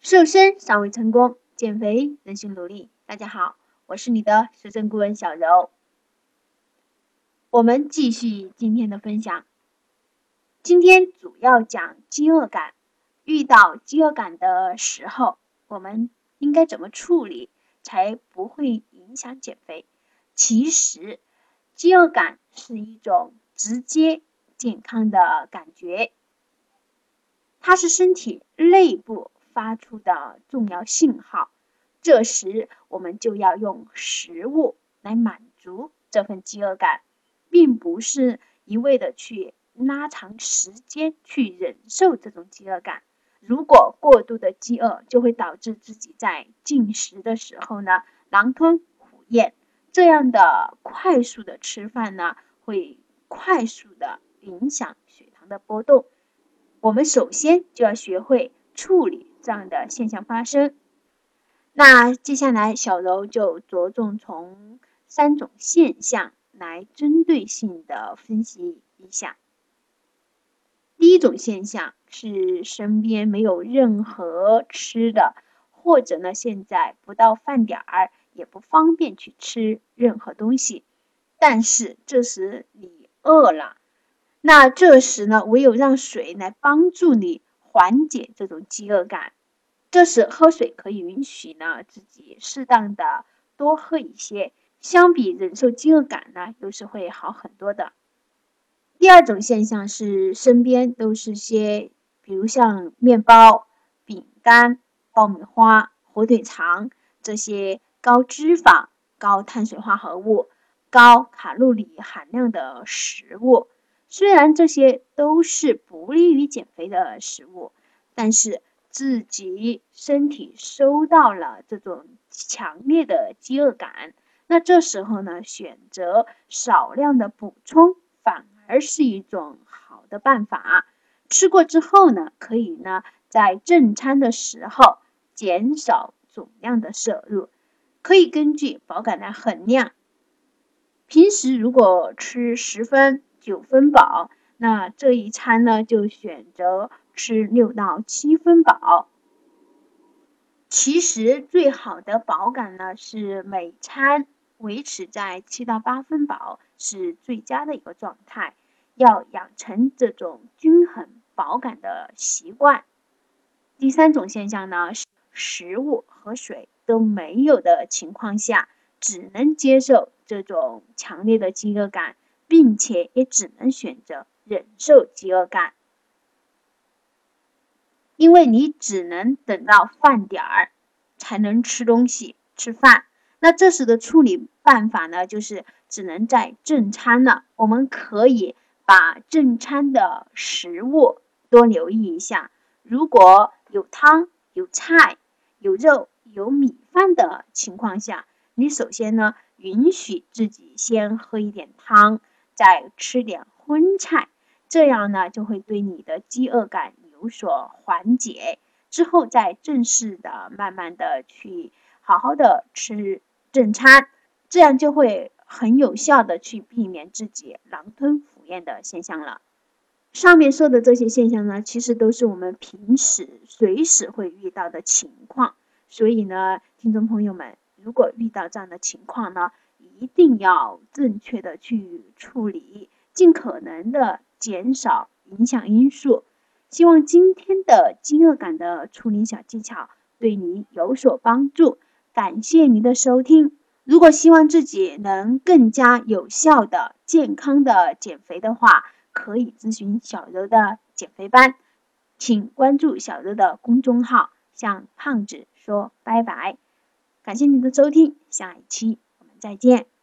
瘦身尚未成功，减肥仍需努力。大家好，我是你的瘦身顾问小柔。我们继续今天的分享。今天主要讲饥饿感。遇到饥饿感的时候，我们应该怎么处理，才不会影响减肥？其实，饥饿感是一种直接健康的感觉，它是身体内部发出的重要信号，这时我们就要用食物来满足这份饥饿感，并不是一味的去拉长时间去忍受这种饥饿感。如果过度的饥饿，就会导致自己在进食的时候呢狼吞虎咽，这样的快速的吃饭呢，会快速的影响血糖的波动。我们首先就要学会处理这样的现象发生。那接下来小柔就着重从3种现象来针对性的分析一下。第一种现象是身边没有任何吃的，或者呢现在不到饭点儿，也不方便去吃任何东西，但是这时你饿了，那这时呢，唯有让水来帮助你缓解这种饥饿感。这时喝水可以允许呢自己适当的多喝一些，相比忍受饥饿感呢，又是会好很多的。第二种现象是身边都是些，比如像面包、饼干、爆米花、火腿肠这些高脂肪、高碳水化合物、高卡路里含量的食物。虽然这些都是不利于减肥的食物，但是自己身体收到了这种强烈的饥饿感，那这时候呢，选择少量的补充反而是一种好的办法。吃过之后呢，可以呢在正餐的时候减少总量的摄入，可以根据饱感来衡量。平时如果吃10分、9分饱，那这一餐呢就选择吃6到7分饱。其实最好的饱感呢是每餐维持在7到8分饱，是最佳的一个状态。要养成这种均衡饱感的习惯。第3种现象呢是食物和水都没有的情况下，只能接受这种强烈的饥饿感，并且也只能选择忍受饥饿感。因为你只能等到饭点儿才能吃东西、吃饭，那这时的处理办法呢，就是只能在正餐了。我们可以把正餐的食物多留意一下，如果有汤、有菜、有肉、有米饭的情况下，你首先呢，允许自己先喝一点汤，再吃点荤菜，这样呢，就会对你的饥饿感有所缓解。之后再正式的、慢慢的去好好的吃正餐，这样就会很有效的去避免自己狼吞虎咽的现象了。上面说的这些现象呢，其实都是我们平时随时会遇到的情况，所以呢，听众朋友们，如果遇到这样的情况呢，一定要正确的去处理，尽可能的减少影响因素。希望今天的饥饿感的处理小技巧对你有所帮助，感谢您的收听。如果希望自己能更加有效的、健康的减肥的话，可以咨询小柔的减肥班，请关注小柔的公众号，向胖子说拜拜。感谢您的收听，下一期我们再见。